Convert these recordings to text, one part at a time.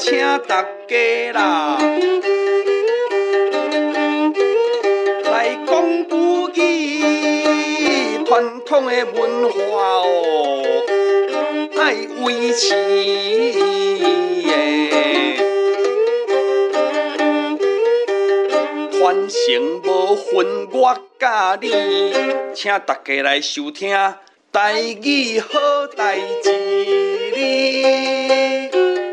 请大家啦，来讲古语，传统的文化哦，爱维持的，传承无分我甲你，请大家来收听台语好代志哩。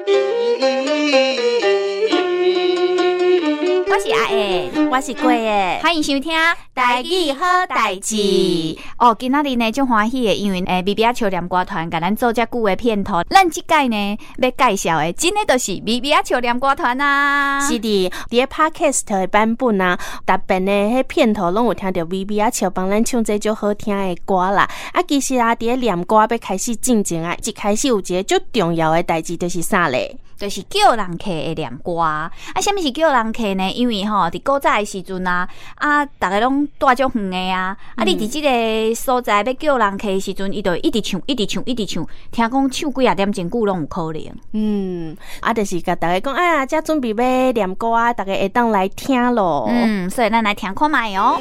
我是阿燕， 我是贵的， 欢迎收听台语好代志。哦，今仔日呢足欢喜的，因为美美仔笑念歌团甲咱做遮久的片头，咱即届呢要介绍的，真的就是美美仔笑念歌团啊。 是的，伫 Podcast 的版本啊，特别呢，迄片头拢有听到美美仔笑帮咱唱这足好听的歌啦。啊，其实啊，伫念歌要开始进前啊，一开始有一个足重要的代志，就是啥咧？ 就是叫人客的念歌啊！什么是叫人客呢？因为吼，伫古早的时阵啊，大家拢住足远的啊，你伫即个所在要叫人客的时阵，伊就一直唱，一直唱，一直唱，听讲唱几啊点真久拢有可能。 就是甲大家讲，哎呀，遮准备要念歌啊，大家会当来听咯。 所以咱来听看卖哦。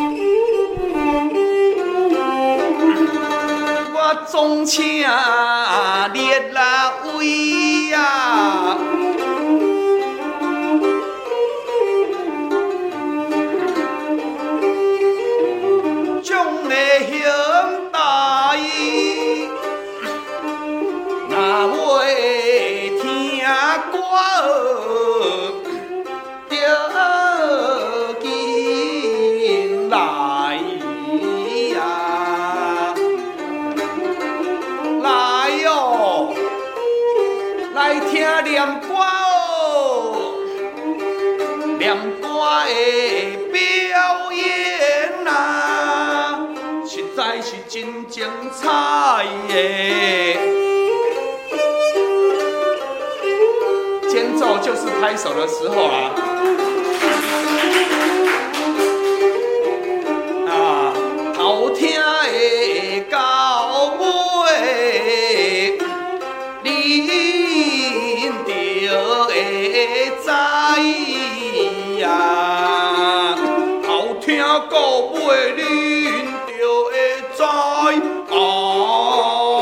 我总请列啦位啊，将的兄弟，若会听歌，就紧来。来听念歌哦，念歌的表演啊，实在是真精彩耶！间奏就是拍手的时候啦。好听的到尾，你会知啊，好听到尾恁就会知啊。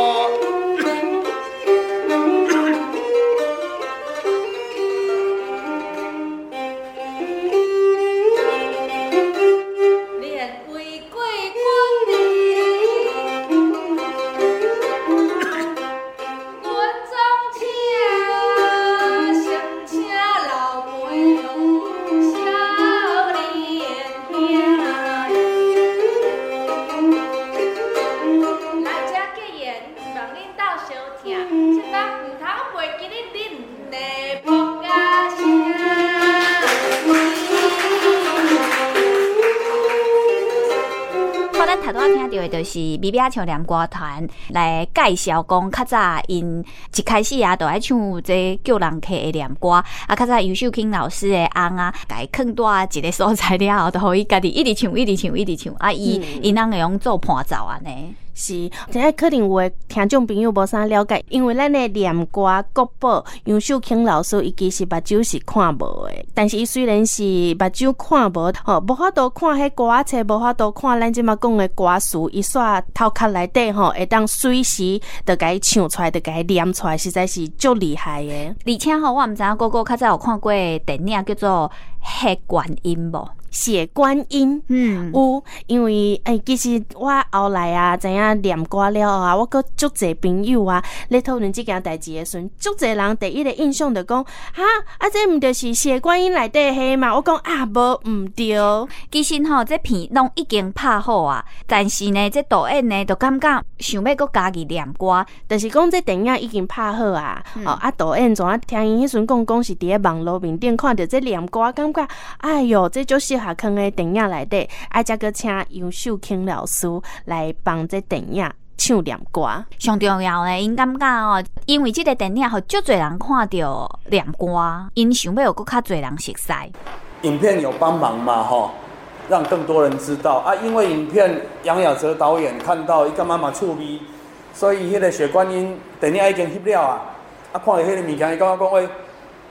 头拄仔听到的就是美美仔笑念歌团来介绍讲，较早因一开始啊，就爱唱这叫人客的念歌啊。较早尤秀卿老师的翁啊，甲伊放在一个所在了后，就互伊家己一直唱，一直唱，一直唱啊。伊人会用做伴奏安尼。 是，现在可能有的听众朋友无啥了解，因为咱的念歌国宝杨秀卿老师，伊其实目睭是看无的，但是伊虽然是目睭看无，无法度看迄歌册，无法度看咱即马讲的歌词，伊煞头壳内底会当随时就甲伊唱出来，就甲伊念出来，实在是足厉害的。 而且我毋知影哥哥较早有看过的电影叫做《血观音》无？ 血观音，有，因为其实我后来啊，知影念歌了啊，我搁足侪朋友啊，咧讨论这件代志的时阵，足侪人第一个印象就讲，这毋就是血观音内底迄嘛？我讲无毋对。 其实这片拢已经拍好啊，但是呢，这导演呢，就感觉想要搁家己念歌， 就是讲这电影已经拍好啊，导演怎啊听因迄阵讲是伫咧网络面顶看到这念歌，感觉哎哟，这就适合放在电影内底，才搁请杨秀卿老师来帮这电影唱念歌。 上重要的，因感觉因为这个电影，互足侪人看到念歌，因想要有搁较侪人熟悉。 影片有帮忙嘛，让更多人知道啊。因为影片杨雅哲导演看到一个妈妈趣味，所以迄个血观音电影已经翕了啊。看到迄个物件，伊感觉讲喂，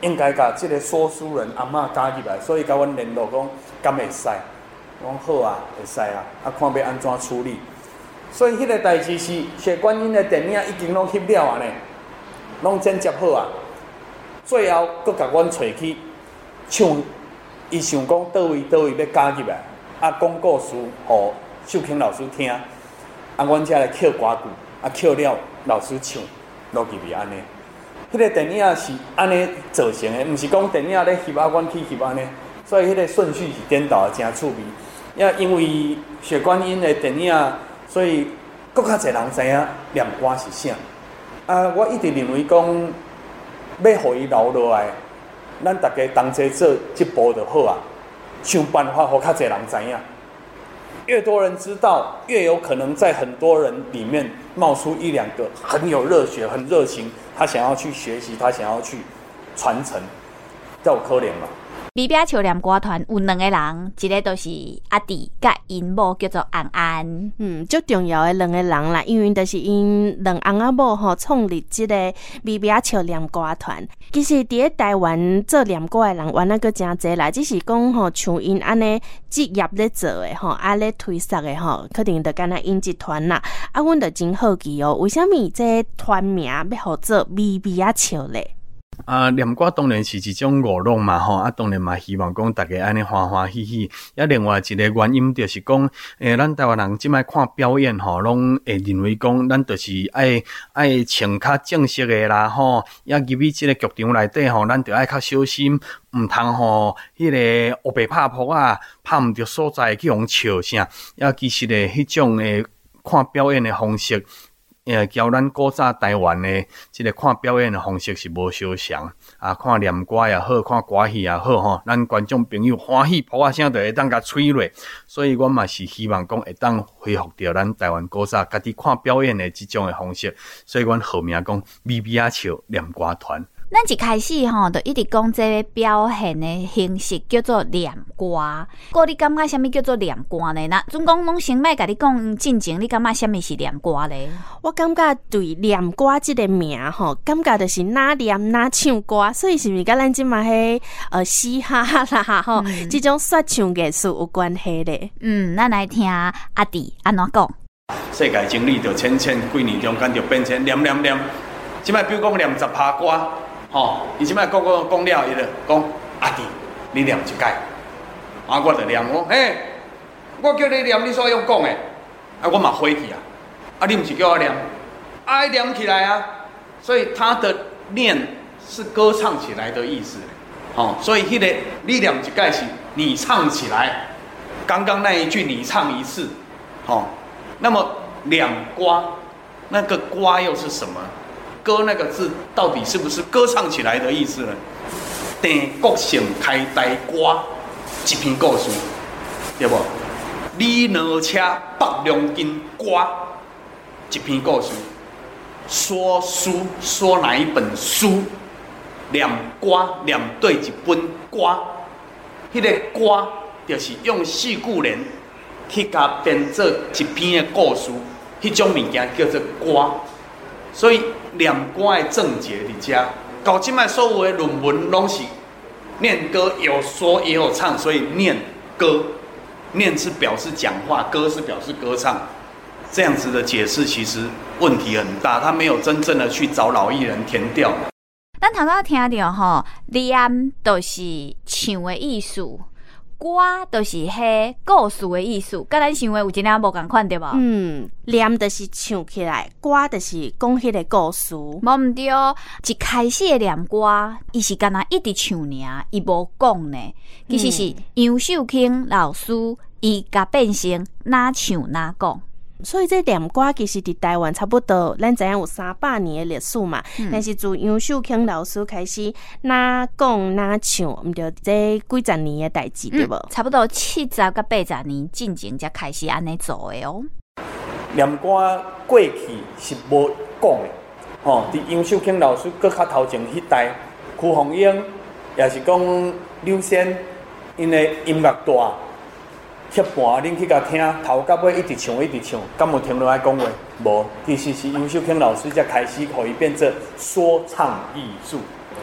应该甲这个说书人阿嬷加入来，所以甲阮联络讲，敢会使？我讲好啊，会使啊，看要安怎处理。所以迄个代志是谢观音的电影已经拢翕了啊呢，拢剪接好啊。最后佫甲阮找去唱，伊想讲倒位要加入来，讲故事互秀卿老师听，阮才来捡歌句，捡了老师唱落去安尼。迄个电影是安尼造成的，毋是讲电影咧翕阮去翕安尼，所以迄个顺序是颠倒的，真趣味。因为雪观音的电影，所以更较侪人知影念歌是啥。我一直认为讲，要互伊留落来，咱大家同齐做一步就好啊，想办法互较侪人知影。越多人知道，越有可能在很多人里面冒出一两个很有热血、很热情，他想要去学习，他想要去传承，才有可能嘛。 米饼笑念歌团有2个人，一个就是阿弟甲因某叫做安安。 最重要的2个人啦，因为就是因2翁仔某吼创立这个米饼笑念歌团。其实伫咧台湾做念歌的人，原来佫真侪啦，只是讲吼像因安尼职业咧做的吼，咧推广的吼，肯定着敢若因集团啦。阮着真好奇哦，为什么这团名要互做米饼笑咧？ 念歌当然是一种娱乐嘛吼，当然嘛希望讲大家安尼欢欢喜喜。另外一个原因就是讲，咱台湾人即摆看表演吼，拢会认为讲，咱就是爱穿较正式的啦吼，入去即个剧场内底吼，咱着爱较小心，毋通吼迄个黑白拍扑啊，拍毋着所在去互笑啥。其实的迄种看表演的方式。交咱古早台湾的这个看表演的方式是无相像看念歌也好，看歌戏也好吼，咱观众朋友欢喜噗声就会当甲吹落，所以阮嘛是希望讲会当恢复到咱台湾古早家己看表演的这种的方式，所以阮号名讲米饼笑念歌团。 咱一开始吼，就一直讲这个表现的形式叫做念歌。过你感觉什么叫做念歌呢？那总讲拢先莫甲你讲进前，你感觉什么是念歌咧？ 我感觉对念歌这个名吼，感觉就是哪念哪唱歌，所以是毋是甲咱即马迄嘻哈啦吼，这种说唱艺术有关系咧？ 咱来听阿弟安怎讲。 世界经历着千几年中间就变成念，即摆比如讲念10趴歌。伊即摆讲了，伊就讲阿弟，你念一解。我就念，我嘿，我叫你念，你所用讲的，我嘛回去啊。你毋是叫我念，念起来啊。所以他的念是歌唱起来的意思。所以迄个你念一解是你唱起来，刚刚那一句你唱一次。那么念歌，那个歌又是什么？歌那个字到底是不是歌唱起来的意思呢？定国性开台歌一篇故事，对不？李哪车北梁金歌一篇故事，说书说哪一本书？念歌念对一本歌，迄个歌就是用四句联去甲编做一篇的故事，迄种物件叫做歌。所以念歌的正解伫遮，到即摆所有的论文拢是念歌，有说也有唱，所以念歌，念是表示讲话，歌是表示歌唱，这样子的解释其实问题很大，他没有真正的去找老艺人填掉。 咱头仔听到吼，念就是唱的意思。歌就是迄故事的意思，甲咱想的有一点无共款，对无？ 念就是唱起来，歌就是讲迄个故事。 无毋对，一开始的念歌，伊是干那一直唱尔，伊无讲呢。其实是杨秀卿老师，伊甲变成哪唱哪讲。 所以这念歌其实伫台湾差不多，咱知影有300年的历史嘛。但是自杨秀卿老师开始哪讲哪唱，毋对这几十年的代志，对无？ 差不多70到80年进前才开始安尼做的哦。 念歌过去是无讲的，伫杨秀卿老师搁较头前迄代，曲凤英也是讲刘仙，因的音乐大。翕盘，恁去甲听，头到尾一直唱，敢有停落来讲话？无，其实是杨秀卿老师才开始，互伊变做说唱艺术。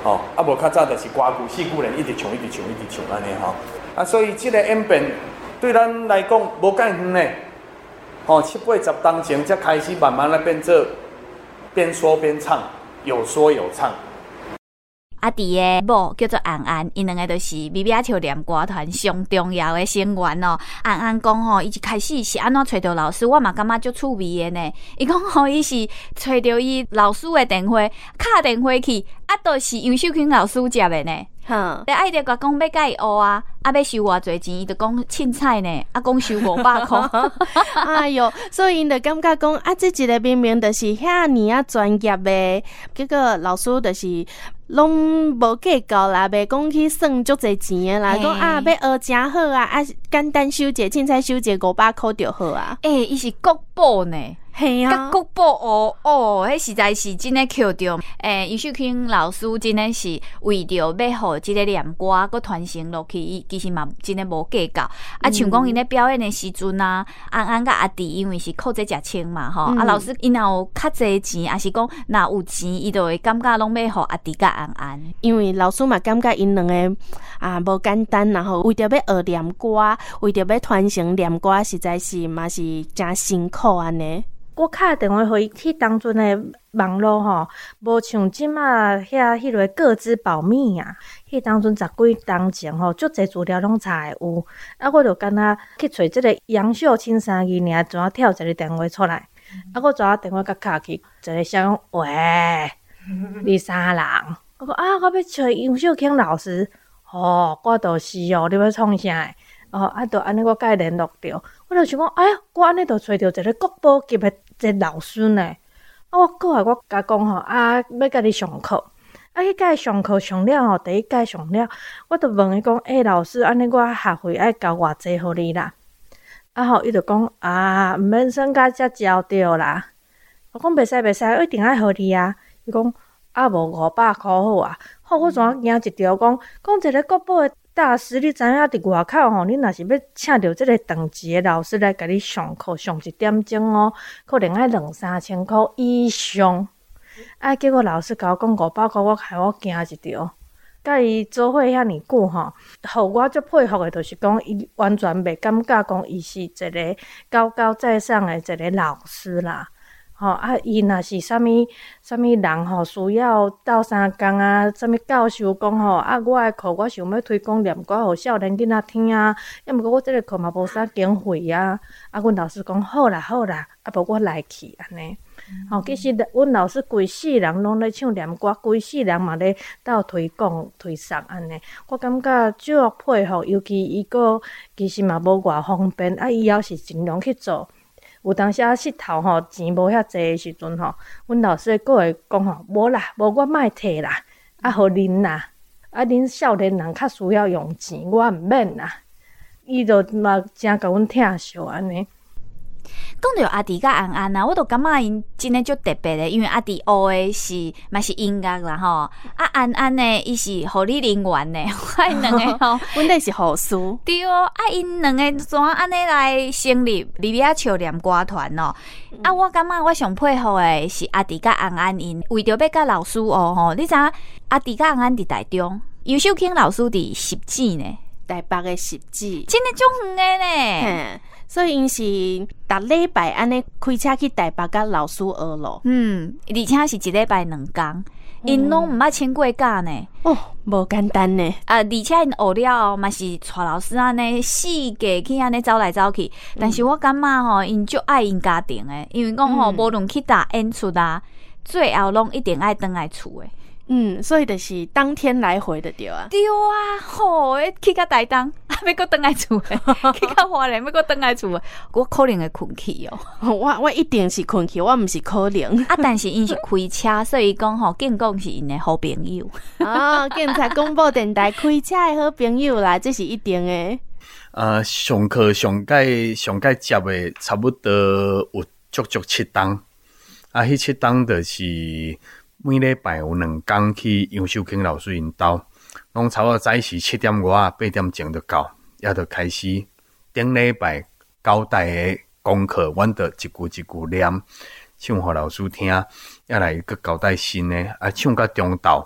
啊无较早就是歌句四句人一直唱安尼吼。啊，所以这个演变对咱来讲无介远呢。7、8、10当前才开始慢慢来变做边说边唱，有说有唱。 阿弟的某叫做安安，因两个就是咪咪仔笑念歌团上重要的成员哦。安安讲吼，伊一开始是安怎找到老师，我嘛感觉足趣味的呢。伊讲吼，伊是找到伊老师的电话，敲电话去，都是杨秀卿老师接的呢。爱着甲讲要甲伊学啊，要收偌侪钱，伊就讲凊彩呢，讲收500块。 哎哟，所以因就感觉讲这一个明明就是遐尔专业的，结果老师就是拢无计较啦，袂讲去算足侪钱的啦，讲要学真好啊，简单收者，凊彩收者500块就好啊。 伊是国宝呢。 系啊， 甲国宝迄实在是真诶扣着。杨秀卿老师真诶是为着要互即个念歌佮传承落去，伊其实嘛真诶无计较。像讲因咧表演诶时阵啊，安安甲阿弟因为是靠这食穿嘛吼，老师因若有较侪钱，也是讲若有钱，伊就会感觉拢要互阿弟甲安安。 因为老师嘛感觉因两个无简单，然后为着要学念歌，为着要传承念歌，实在是嘛是真辛苦安尼。 我敲电话互伊，迄当阵的网络吼，无像即马迄个个资保密啊。迄当阵10几年前吼，足侪资料拢查会有。我就干那去找即个杨秀卿3字尔，怎啊跳一个电话出来。我怎啊电话甲敲去，一个声讲喂，你啥人？我讲我要找杨秀卿老师。我就是你要创啥的？就安尼我甲伊联络着。我就想讲，我安尼就找着一个国宝级的一个老师呢。我过来，我甲讲要甲你上课。迄甲伊上课上了吼，第一届上了，我就问伊讲，老师，安尼我学费爱交偌济互你啦？伊就讲毋免算甲遮交着啦。我讲袂使，我一定爱互你啊。伊讲无500块好啊。好，我怎惊一条讲一个国宝的大师，你知影伫外口吼，你若是要请到即个等级的老师来甲你上课，上1点钟可能爱2-3千块以上。结果老师甲我讲500块，我害我惊一条。甲伊做伙遐尼久吼，互我足佩服的，就是讲伊完全袂感觉讲伊是一个高高在上的一个老师啦。伊若是啥物人吼，需要斗相共啥物教授讲我的课我想要推广念歌互少年囡仔听啊，要毋过我即个课嘛无啥经费啊。阮老师讲好啦，无我来去安尼。其实阮老师规世人拢咧唱念歌，规世人嘛咧斗推广推送安尼。我感觉足佩服，尤其伊其实嘛无偌方便，伊也是尽量去做。有当时佚佗钱无遐济的时阵阮老师佫会讲无啦，无我莫摕啦，互恁啦，恁少年人较需要用钱，我毋免啦。伊就嘛真甲阮疼惜安尼。 讲到阿弟甲安安我就感觉因真诶足特别诶，因为阿弟学诶是嘛是音乐啦吼，安安呢伊是护理人员呢，因两个阮哋是护士。 对因两个怎安尼来成立咪咪仔笑念歌团我感觉我上佩服诶是阿弟甲安安因为着要甲老师学你知影阿弟甲安安伫台中，杨秀卿老师伫10指呢， 台北诶10指， 真诶足远诶呢。 所以因是逐礼拜安尼开车去台北甲老师学咯。 而且是一礼拜2天，因拢毋捌请过假呢。 无简单呢。 而且因学了嘛是带老师安尼4个去安尼走来走去。但是我感觉因足爱因家庭诶，因为讲无论去搭演出最后拢一定爱倒来厝诶。 所以就是当天来回的对啊。 对去到台东要搁倒来厝诶，去到花莲要搁倒来厝诶，我可能会困去我一定是困去，我毋是可能。 但是因是开车，所以讲建讲是因诶好朋友。 警察广播电台开车诶好朋友啦，这是一定诶。 上课上届接诶差不多有足7档，迄7档就是每礼拜有2天去杨秀卿老师因兜，拢差不多早时7点外8点钟就到，也就开始顶礼拜交代的功课，阮就一句一句念，唱互老师听，也来个交代新的，唱到中昼，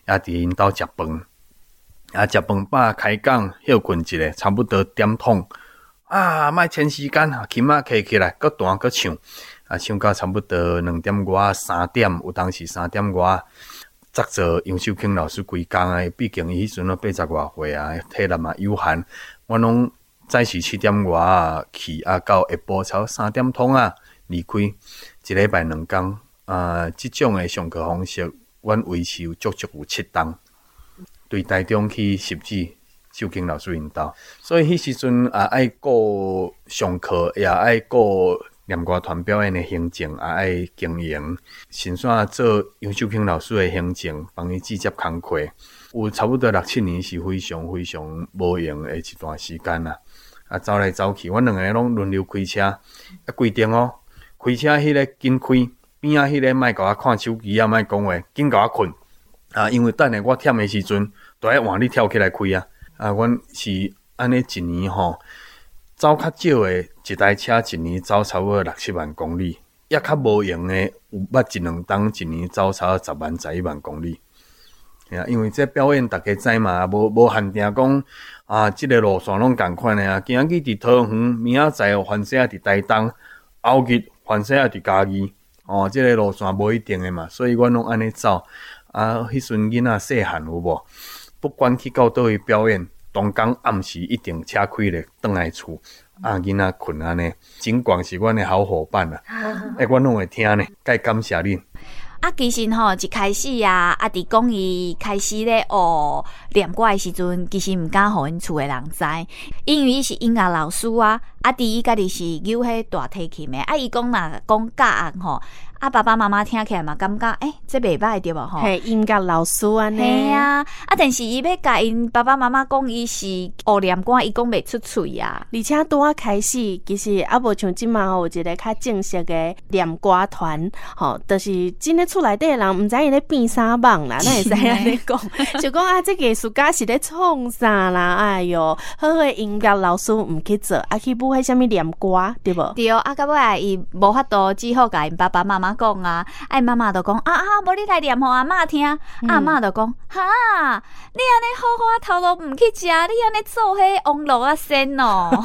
也伫因兜食饭，食饭饱开讲休困一下，差不多点通莫牵时间，琴仔摕起来，搁弹搁唱，唱到差不多2点外3点，有当时3点外。责做杨秀卿老师规工诶，毕竟伊迄阵啊80外岁啊，体力嘛有限，我拢早时7点外去，到下晡超3点通离开，一礼拜2工。即种诶上课方式，阮维持有足有7档，对台中去10指秀卿老师因兜，所以迄时阵爱顾上课，也爱顾念歌团表演的行程，也爱经营，先线做杨秀卿老师的行程，帮伊直接工课，有差不多6-7年是非常无用的一段时间啦。走来走去，阮2个拢轮流开车，规定开车迄个紧开，边仔迄个莫甲我看手机莫讲话，紧甲我困。因为等下我忝的时阵，就爱换你跳起来开阮是安尼一年走较少的一台车，一年走差不多6-7万公里，也较无用的有捌1-2档一年走差不多10万、11万公里。因为这表演大家知嘛，无限定讲这个路线拢同款的今日伫桃园，明仔载环西伫台东，后日环西伫嘉义。这个路线无一定的嘛，所以阮拢安尼走。迄阵囡仔细汉有无？不管去到倒位表演，当天暗时一定车开咧，转来厝。囡仔困安尼，尽管是阮的好伙伴啦，阮拢会听呢，该感谢恁。 其实一开始伫讲伊开始咧学念歌的时阵，其实毋敢互因厝的人知，因为伊是音乐老师伫伊家己是扭迄大提琴的，伊讲若讲教案爸爸妈妈听起来嘛感觉这袂歹对无嘿，音乐老师安尼。 嘿但是伊要甲因爸爸妈妈讲伊是学念歌，伊讲袂出嘴而且拄开始，其实无像即马有一个较正式的念歌团，就是真诶厝内底的人毋知伊咧变啥梦啦，咱会使安尼讲，就讲这艺术家是咧创啥啦？哎哟，好诶音乐老师毋去做，去补迄啥物念歌，对无？ 对，到尾伊无法度，只好甲因爸爸妈妈讲妈妈就讲无你来念互阿嬷听，阿嬷就讲你安尼好好头路毋去食，你安尼做迄王罗仙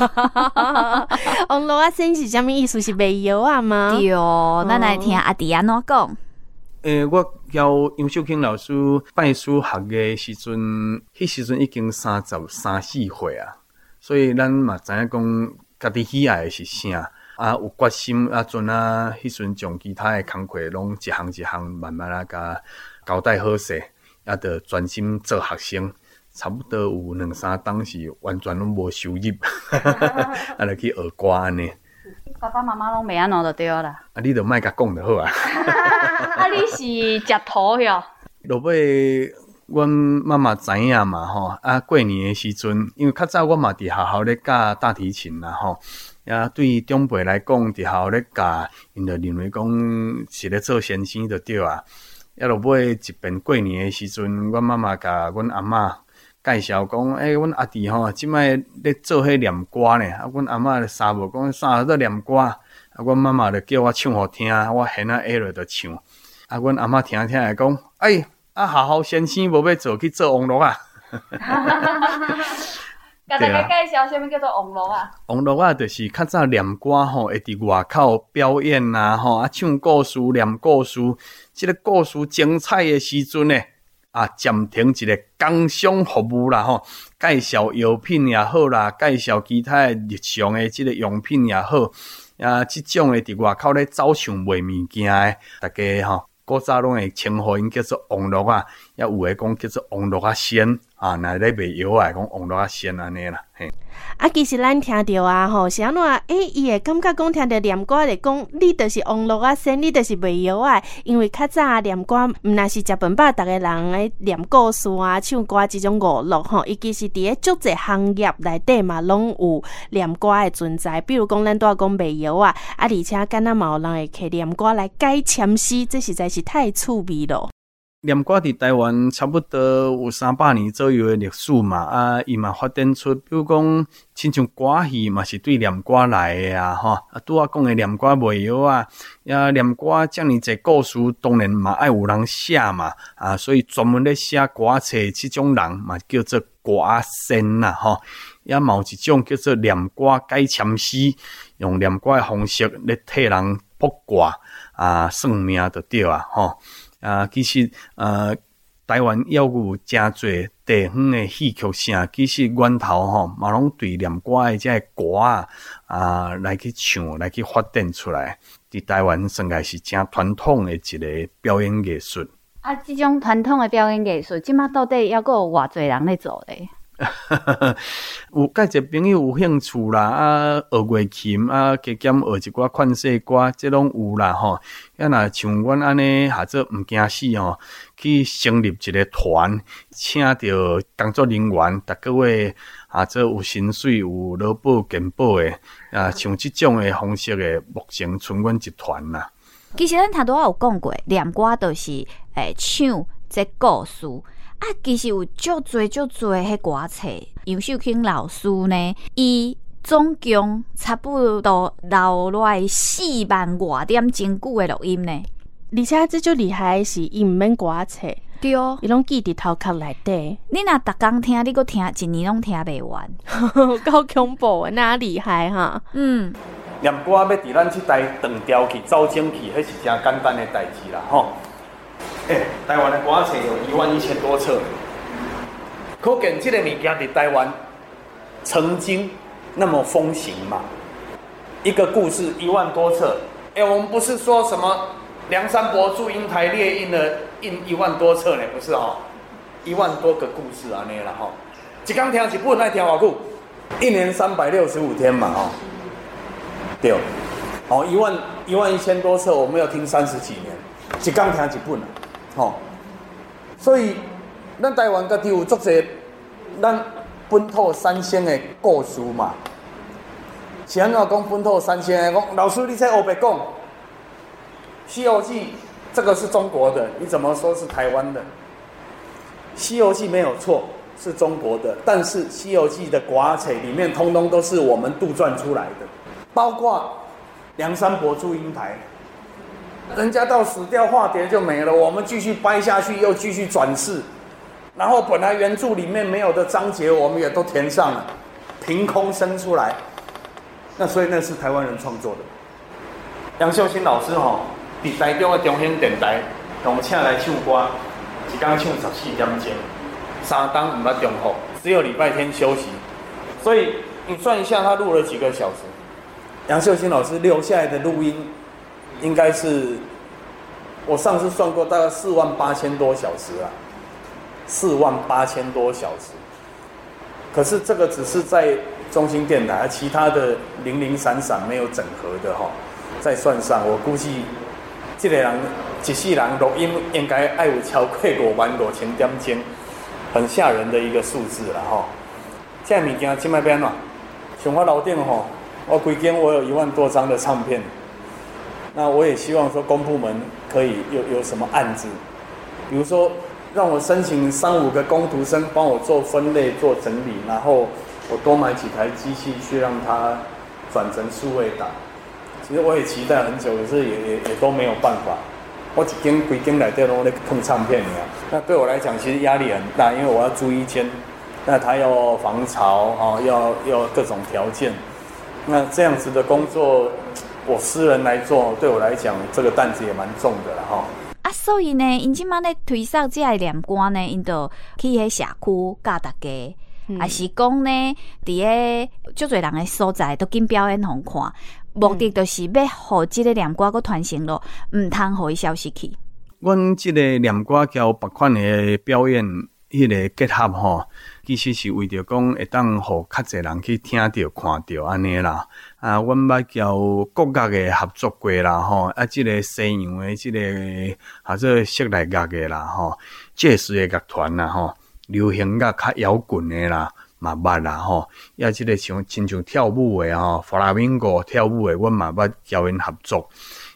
王罗仙是啥物意思？是卖药吗？ 对，咱来听阿弟安怎讲。 我交杨秀卿老师拜师学的时阵，迄时阵已经33-4岁所以咱嘛知影讲家己喜爱的是啥。有决心阵迄阵将其他的工课拢一项慢慢甲交代好势，就专心做学生。差不多有2-3档是完全拢无收入，就去学歌安尼。 爸爸妈妈拢袂安怎就对啦。 你就莫甲讲就好你是食土哟？ 落尾，阮妈妈知影嘛过年的时阵，因为较早我嘛伫学校咧教大提琴啦也对长辈来讲，伫学校咧教，因就认为讲是咧做先生就对落尾一边过年的时阵，阮妈妈甲阮阿嬷介绍讲，阮阿弟即摆咧做迄念歌呢。阮阿嬷就傻无讲啥在念歌，阮妈妈就叫我唱互听，我现下落就唱。阮阿嬷听会讲，学校先生无要做，去做网络甲大家介绍啥物叫做网络网络就是较早念歌会伫外口表演唱故事、念故事。即个故事精彩的时阵呢，暂停一个工商服务啦介绍药品也好啦，介绍其他的日常的即个用品也好，即种的伫外口咧走唱卖物件的，大家古早拢会称呼因叫做网络也有诶讲叫做网络仙若咧卖药讲网络仙安尼啦。 其实咱听到是安怎伊会感觉讲听到念歌就讲你就是网络仙，你就是卖药因为较早念歌毋若是食饭饱，逐个人诶念故事唱歌即种娱乐伊其实伫咧足侪行业内底嘛拢有念歌诶存在，比如讲咱拄仔讲卖药而且敢若嘛有人会摕念歌来改签诗，这实在是太趣味了。 念歌伫台湾差不多有300年左右的历史嘛，伊嘛发展出，比如讲，亲像歌戏嘛是对念歌来的啊，吼，拄仔讲的念歌卖药啊，念歌遮尔济故事，当然嘛爱有人写嘛，所以专门咧写歌册，这种人嘛叫做歌仙啦，吼，也嘛有一种叫做念歌改签诗，用念歌的方式咧替人卜卦算命就对啊，吼。其实台湾也有真侪地方的戏曲声，其实源头吼嘛拢对念歌的这歌来去唱，来去发展出来。伫台湾算个是真传统的一个表演艺术。 这种传统的表演艺术，即马到底还佫有偌侪人咧做咧？ 有介侪朋友有兴趣啦，学乐琴加减学一寡款式歌，这拢有啦吼。若像阮安尼下做毋惊死吼，去成立一个团，请着工作人员，逐个月做有薪水、有劳保健保的，像即种的方式的，目前剩阮一团啦。 其实咱头拄仔有讲过，念歌就是唱这故事。其实有足侪迄歌册，杨秀卿老师呢，伊总共差不多留来4万外点真久的录音呢。 而且这就厉害的是，伊毋免歌册， 对哦， 伊拢记伫头壳内底。 你若逐工听，你搁听一年拢听袂完， 够恐怖的，那厉害哈！ 念歌要伫咱即台长调去、走整去，迄是真简单的代志啦，吼。台湾的歌册有11000多册，可见这个物件在台湾曾经那么风行嘛？一个故事1万多册，我们不是说什么梁山伯祝英台列印1万多册呢，不是哦，1万多个故事安尼啦吼。一天听一本，爱听偌久？1年365天嘛，吼，对，11000多册，我们要听30几年，一天听一本啊。所以咱台湾家己有足侪咱本土三星的故事嘛。是安怎讲本土三星的？讲老师你在黑白讲《西游记》，这个是中国的，你怎么说是台湾的？《西游记》没有错，是中国的，但是《西游记》的歌册里面通通都是我们杜撰出来的，包括梁山伯祝英台。人家到死掉化蝶就没了，我们继续掰下去，又继续转世，然后本来原著里面没有的章节，我们也都填上了，凭空生出来。那所以那是台湾人创作的。杨秀清老师伫台中的中兴电台，用请来唱歌，一天唱14点钟，3天唔捌中午，只有礼拜天休息。所以你算一下，他录了几个小时？杨秀清老师留下来的录音。应该是我上次算过，大概48000多小时啊，48000多小时。可是这个只是在中兴电台，其他的零零散散没有整合的再算上，我估计这个人一世人录音应该爱有超过55000点钟，很吓人的一个数字了这物件现在要安怎？像我楼顶我规间我有1万多张的唱片。那我也希望说公部门可以有什么案子，比如说让我申请3-5个工读生帮我做分类做整理，然后我多买几台机器去让它转成数位档。其实我也期待很久，可是也都没有办法。我规间内底拢在碰唱片那对我来讲其实压力很大，因为我要租一间，那它要防潮要各种条件，那这样子的工作。我私人来做，对我来讲，这个担子也蛮重的了所以呢，因即摆咧推广这个念歌呢，因就去迄社区教大家，还是讲呢，伫个足侪人的所在都紧表演互看，目的就是要互即个念歌个传承咯，唔通互伊消失去。 阮即个念歌交别款的表演，迄个结合其实是为着讲会当互较侪人去听着看着安尼啦。阮捌交国乐的合作过啦即个西洋的即个做室内乐的啦爵士的乐团啦流行乐较摇滚的啦嘛捌啦即个亲像跳舞的弗拉明戈跳舞的，阮嘛捌交因合作。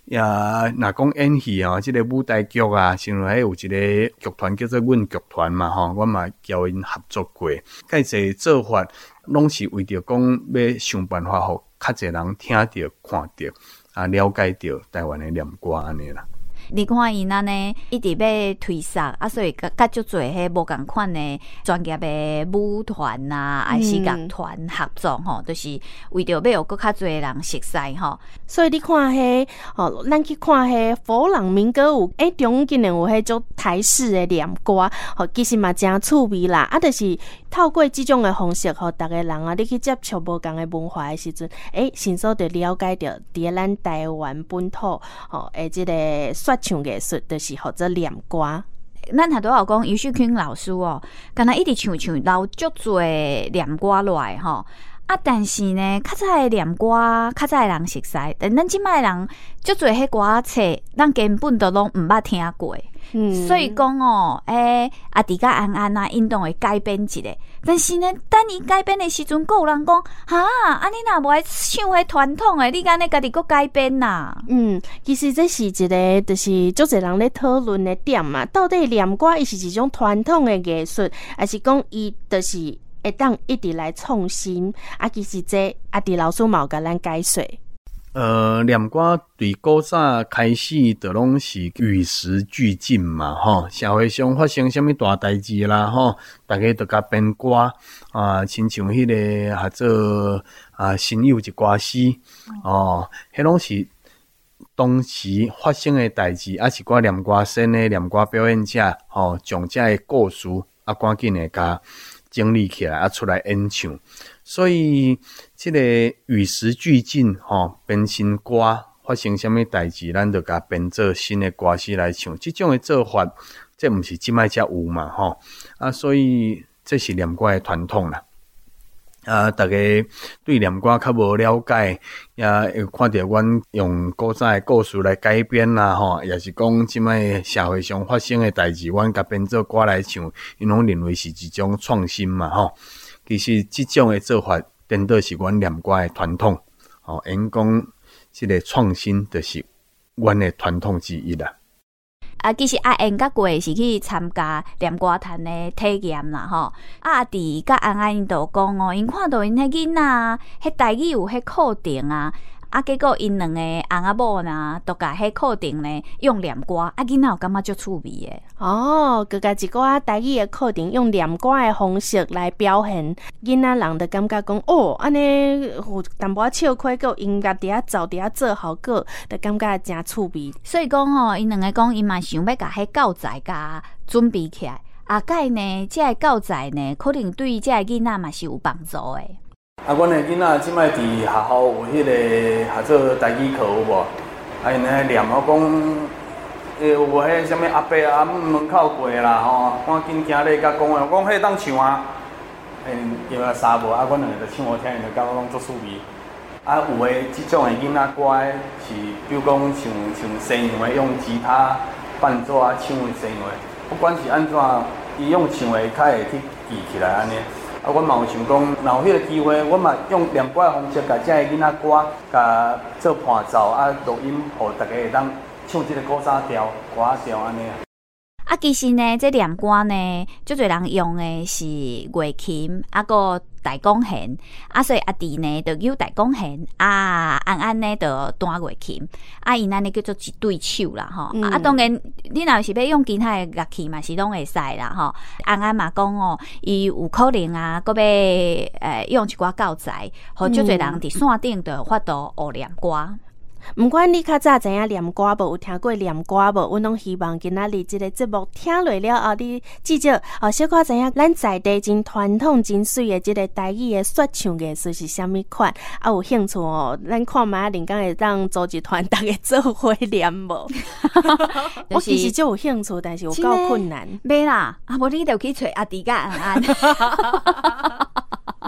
也若讲演戏哦，即个舞台剧啊，像还有一个剧团叫做阮剧团嘛吼，我嘛交因合作过，介济做法拢是为着讲要想办法，互较济人听着、看着啊，了解着台湾的念歌安尼啦。 你看因安尼一直要推送啊，所以甲足侪迄无共款的专业的舞团啊，还是乐团合作吼，就是为着要有更较侪人熟悉吼。 所以你看迄咱去看迄佛朗明歌舞，中竟然有迄种台式的念歌，其实嘛真趣味啦。啊，就是透过即种的方式，互逐个人啊，你去接触无共的文化的时阵，迅速就了解着伫咱台湾本土即个说唱艺术，就是或者念歌。 咱头拄有讲尤秀卿老师敢若一直唱留足侪念歌落来吼。啊，但是呢，较早的念歌，较早的人熟悉，但咱即摆人足侪迄歌册，咱根本都拢毋捌听过。所以讲阿弟甲安安啊，因都会改编一个。但是呢，等伊改编的时阵，佫有人讲，你若无爱唱迄传统的，你敢呢家己佫改编呐？ 其实这是一个，就是足侪人咧讨论的点嘛。到底念歌伊是一种传统的艺术，还是讲伊就是会当一直来创新？其实这阿弟老师嘛有甲咱解说。 念歌对古早开始就拢是与时俱进嘛，吼，社会上发生什么大代志啦，吼，大家就甲编歌啊，亲像迄个合做新有一歌诗迄拢是当时发生的代志，是寡念歌星的念歌表演者，将这个故事赶紧的甲整理起来出来演唱。所以这个与时俱进编新歌发生什么代志，咱就甲编做新的歌词来唱。这种的做法，这不是即摆才有嘛所以这是念歌的传统啦。大家对念歌较无了解，也会看到阮用古早的故事来改编啦也是讲即摆社会上发生的代志，阮甲编做歌来唱，因拢认为是一种创新嘛其实这种的做法，颠倒是阮念歌的传统因讲这个创新就是阮的传统之一啦。 其实因甲过是去参加念歌坛的体验啦阿弟甲安安因都讲因看到因迄囡仔迄台语有迄课程结果因两个翁仔某呢，都甲迄课程呢用念歌，囡仔有感觉足趣味的。 佮甲一个台语的课程用念歌的方式来表现，囡仔人就感觉讲安尼有淡薄笑亏，佮音乐伫遐走伫遐做效果，就感觉真趣味。 所以讲因两个讲因嘛想要甲迄教材甲准备起来，介呢，这个教材呢，可能对这个囡仔嘛是有帮助的。 阮的囡仔即摆伫学校有迄个合做台语课有无？因咧念我讲，有无迄什物阿伯阿姆门口过啦赶紧行咧甲讲话，讲迄当唱叫啊沙无阮两个就唱好听，因就感觉讲足趣味。有诶即种诶囡仔歌是，比如讲像西洋诶用吉他伴奏唱诶西洋诶，不管是安怎，伊用唱诶较会去记起来安尼。阮嘛有想讲，若有迄个机会，阮嘛用念歌的方式，甲遮个囡仔歌，甲做伴奏录音，互大家会当唱即个古早调、歌仔调安尼其实呢，这念歌呢，足侪人用的是乐琴，个大弓弦，所以阿弟呢就有大弓弦，安安呢就弹乐琴，因安尼叫做一对手啦当然，你若是要用其他的乐器嘛，是拢会使啦安安嘛讲伊有可能搁要用一寡教材，互足侪人伫线顶就有法度学念歌。 毋管你较早知影念歌无，有听过念歌无，阮拢希望今仔日即个节目听落了后，你至少小可知影咱在地真传统真水的即个台语的说唱艺术是啥物款，有兴趣咱看卖林刚会当组一团，大家做伙念无？我其实就有兴趣，但是有够困难。 袂啦，无你就去找阿弟甲安安。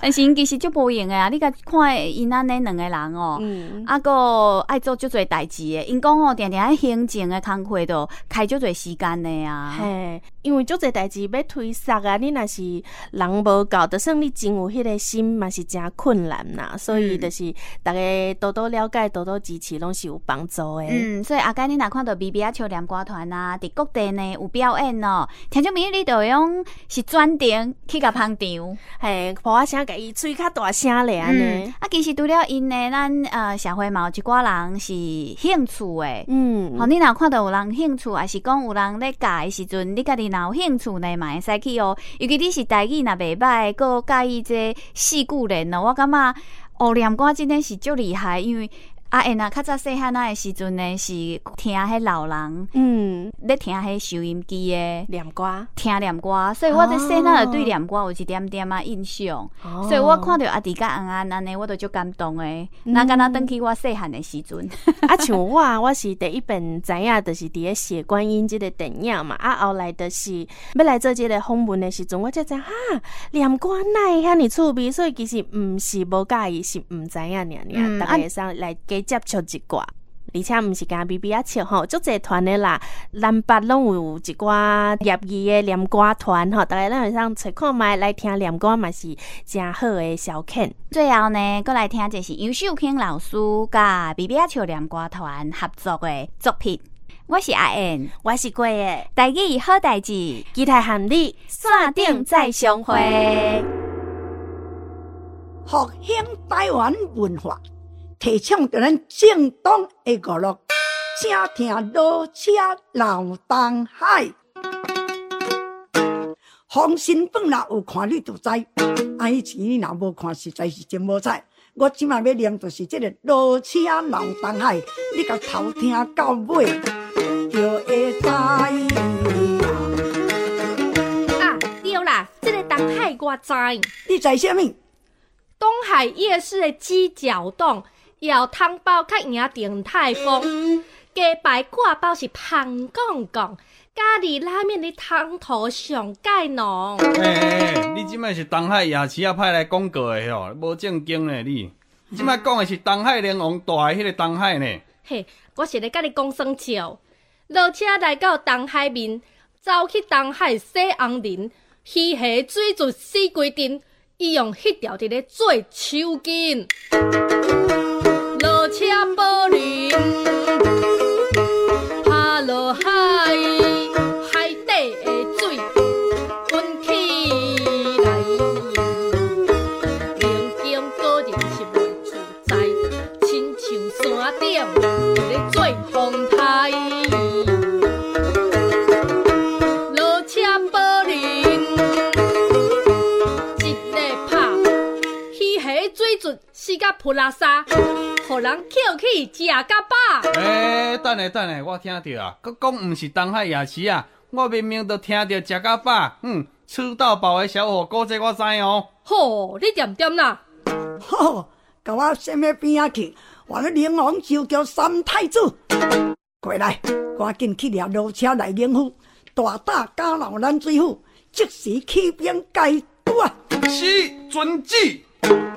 但是因其实足无用的啊！你甲看因安尼两个人哦，啊个爱做足侪代志的。因讲哦，定定爱行政的工课都开足侪时间的啊。 嘿，因为足侪代志要推塞啊，你若是人无够，就算你真有迄个心，嘛是真困难呐。所以就是大家多多了解、多多支持，拢是有帮助的。 所以阿该你若看到 BB 笑脸歌团啊，伫各地呢有表演哦，听众朋友你就用是专程去甲捧场， 嘿，抱啊声，甲伊吹较大声咧安尼。 其实除了因呢，咱社会嘛有一寡人是兴趣的，你若看到有人兴趣，还是讲有人咧教的时阵，你家己若有兴趣呢，嘛会使去哦。尤其你是台语若袂歹，佮介意这四句练哦，我感觉学念歌真的是足厉害，因为阿因啊，较早细汉仔的时阵呢，是听迄老人，咧听迄收音机的念歌， 听念歌，所以我在细汉就对念歌有一点点啊印象，所以我看到阿弟甲安安安尼，我都足感动的，那敢若登去我细汉的时阵。 啊，像我是第一本知影，就是伫咧血观音这个电影嘛，啊后来就是要来做这个访问的时阵，我才知哈念歌哪会遐尼趣味，所以其实毋是无介意，是毋知影尔，大家会使来接触一寡，而且毋是干 BB 啊笑吼，足侪团的啦，南北拢有一寡业余的念歌团吼，大家咱会上找看卖来听念歌嘛是真好的消遣。 最后呢，搁来听就是尤秀卿老师甲 BB 啊笑念歌团合作的作品。我是阿燕， 我是郭的， 台语好代志， 期待和你线顶再相会。 复兴台湾文化，提倡着咱正当的娱乐，请听老车老东海。芳新本若有看你就知，以前你若无看，实在是真无彩。我即马要念就是这个老车老东海，你甲头听到尾，就会知。 啊，对啦，这个东海我知。 你知啥物？ 东海夜市的鸡脚冻，要汤包较赢鼎泰丰，鸡排挂包是香港港，咖喱拉面的汤头上盖浓。 你即摆是东海夜市啊派来广告的吼，无正经呢你。即摆讲的是东海联王大的迄个东海呢。 嘿，我是咧甲你讲算笑。落车来到东海面，走去东海洗红林，鱼虾水族四规定。伊用迄条伫咧做手巾，落车无人，爬落海，海底的水滚起来，宁静个人是袂自在，亲像山顶伫咧做风台，落车无人。水准是甲扑拉沙，互人捡起食甲饱。 等下，我听到啊，佮讲毋是东海夜市啊，我明明都听到食甲饱。吃到饱的小火锅，这我知哦。 吼，你点点啦？ 吼，甲我先要边仔去，我咧灵王就叫三太子过来，赶紧去掠路车来迎府，大打家老咱水府，即时起兵解堵啊！ 是遵旨。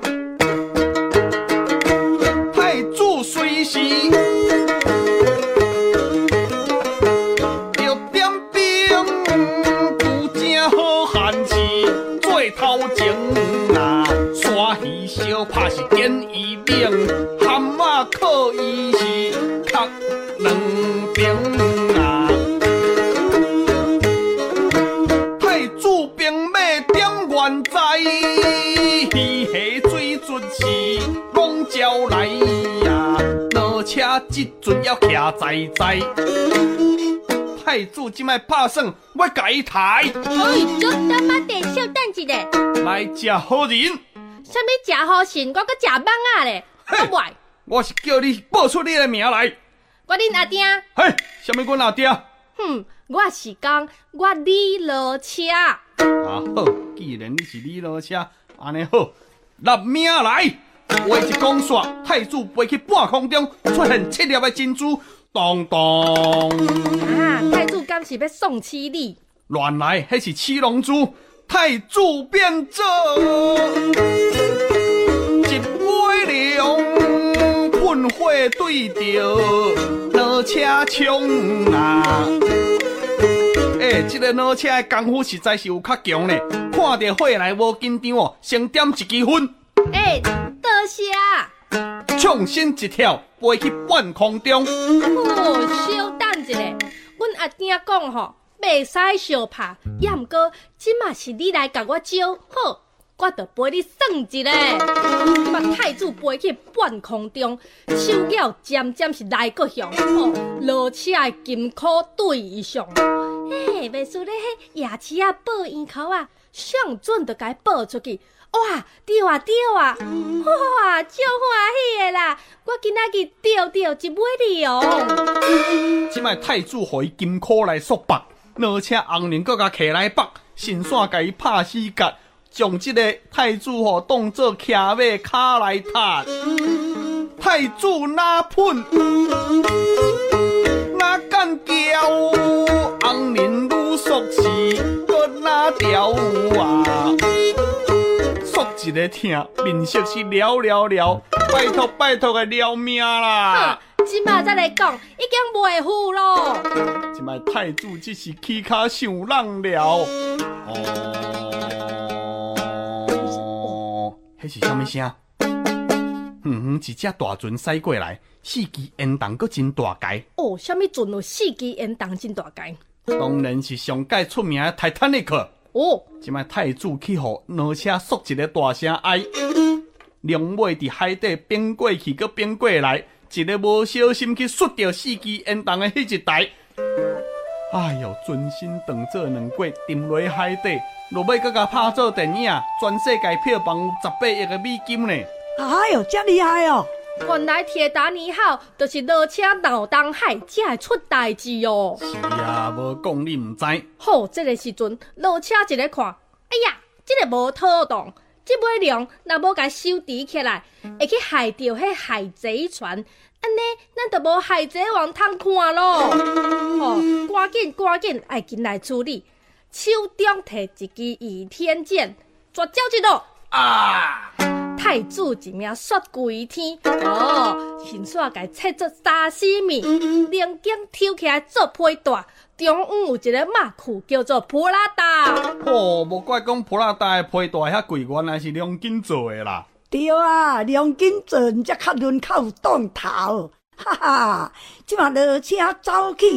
太子随时要点兵，有正好汉气做头前啊！山鱼烧拍是点伊名，蛤蟆靠伊是壳两边啊！太子兵马点原在，鱼虾水准是拢招来呀！落车即阵要徛在在，太子即摆拍算，我甲伊抬。 就他妈得小等一下， 来食好人。 啥物食好人？我搁食蚊仔咧，我袂。 我是叫你报出你的名来。 我恁阿爹。 嘿，啥物阮阿爹？ 我是讲我李落车。 好，既然你是李落车，安尼好，立命来。话一讲煞，太子飞去半空中，出现7粒的珍珠，咚咚。 太子敢是要送起你？ 乱来，迄是七龙珠。 太祖变者，一尾龙喷火对着老车冲啊！这个老车的功夫实在是有较强呢，看到火来无紧张哦，先点一支烟。 多谢。 冲身一跳，飞去半空中。 稍等一下，阮阿爹讲吼，袂使相拍，也毋过即嘛是你来甲我招，好，我着陪你算一个。把太子飞去半空中，手脚渐渐是来个向，落车的金箍对伊上。袂输咧，迄夜市啊报院口啊，上准着甲伊报出去。哇，对啊对啊，哇，足欢喜的啦！我今仔日钓到一尾龙。 即摆太子互伊金箍来束缚，老车红人搁甲骑来绑，神线甲伊拍死角，将即个太子当作骑马骹来踏。太子哪喷哪干叫，红人愈缩时搁哪条啊！说一个听，面色是了了了，拜托个了命啦！ 即马再来讲，已经袂赴咯。 即摆太子只是起骹想人了。迄是啥物声？一只大船驶过来，四支烟筒阁真大间。 啥物船有四支烟筒真大间？ 当然是上界出名的泰坦尼克。即摆太子去互老车缩一个大声哀，龙尾伫海底变过去，搁变过来，一个无小心去摔着四支烟筒的迄一台。哎哟，尊心当做两过，沉落海底，落尾搁甲拍做电影，全世界票房有18亿的美金呢！ 哎哟，这厉害哦！ 原来铁达尼号就是落车闹东海才会出代志哦。 是啊，无讲你唔知。 好，这个时阵落车一个看，哎呀，这个无妥当，这尾龙若无甲收治起来，会去害着迄海贼船，安尼咱就无海贼王通看咯。赶紧爱进来处理，手中摕一支倚天剑，绝招一路啊！太子一命摔归天，神煞甲切做三四面，灵经抽起来做皮带，中央有一个马裤叫做普拉达。 无怪讲普拉达的皮带遐贵，原来是龙筋做的啦。 对啊，龙筋做才较轮口有当头，哈哈！即马落车走去，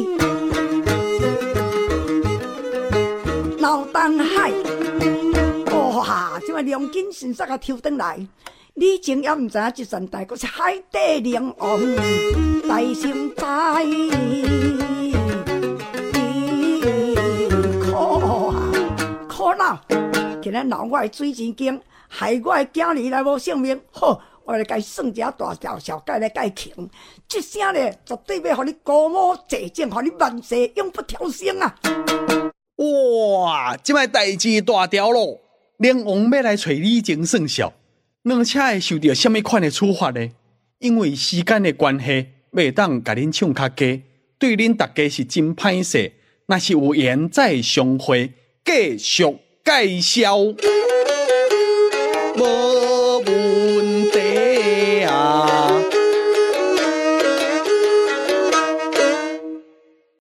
闹东海。哇！即摆龙筋神煞甲抽转来，你前也毋知影，即船台阁是海底龙王大成灾，苦恼！今日闹我的水钱经，害我的囝儿来无性命。好，我来甲伊算一下大条小解来解穷。这声咧，绝对要互你鼓舞济精，互你万世永不超生啊！ 哇！即摆代志大条咯。龙王要来找李靖算账，两车会受到什么款的处罚呢？因为时间的关系，袂当甲恁唱较低，对恁大家是真歹势。若是有缘再相会，继续介绍。无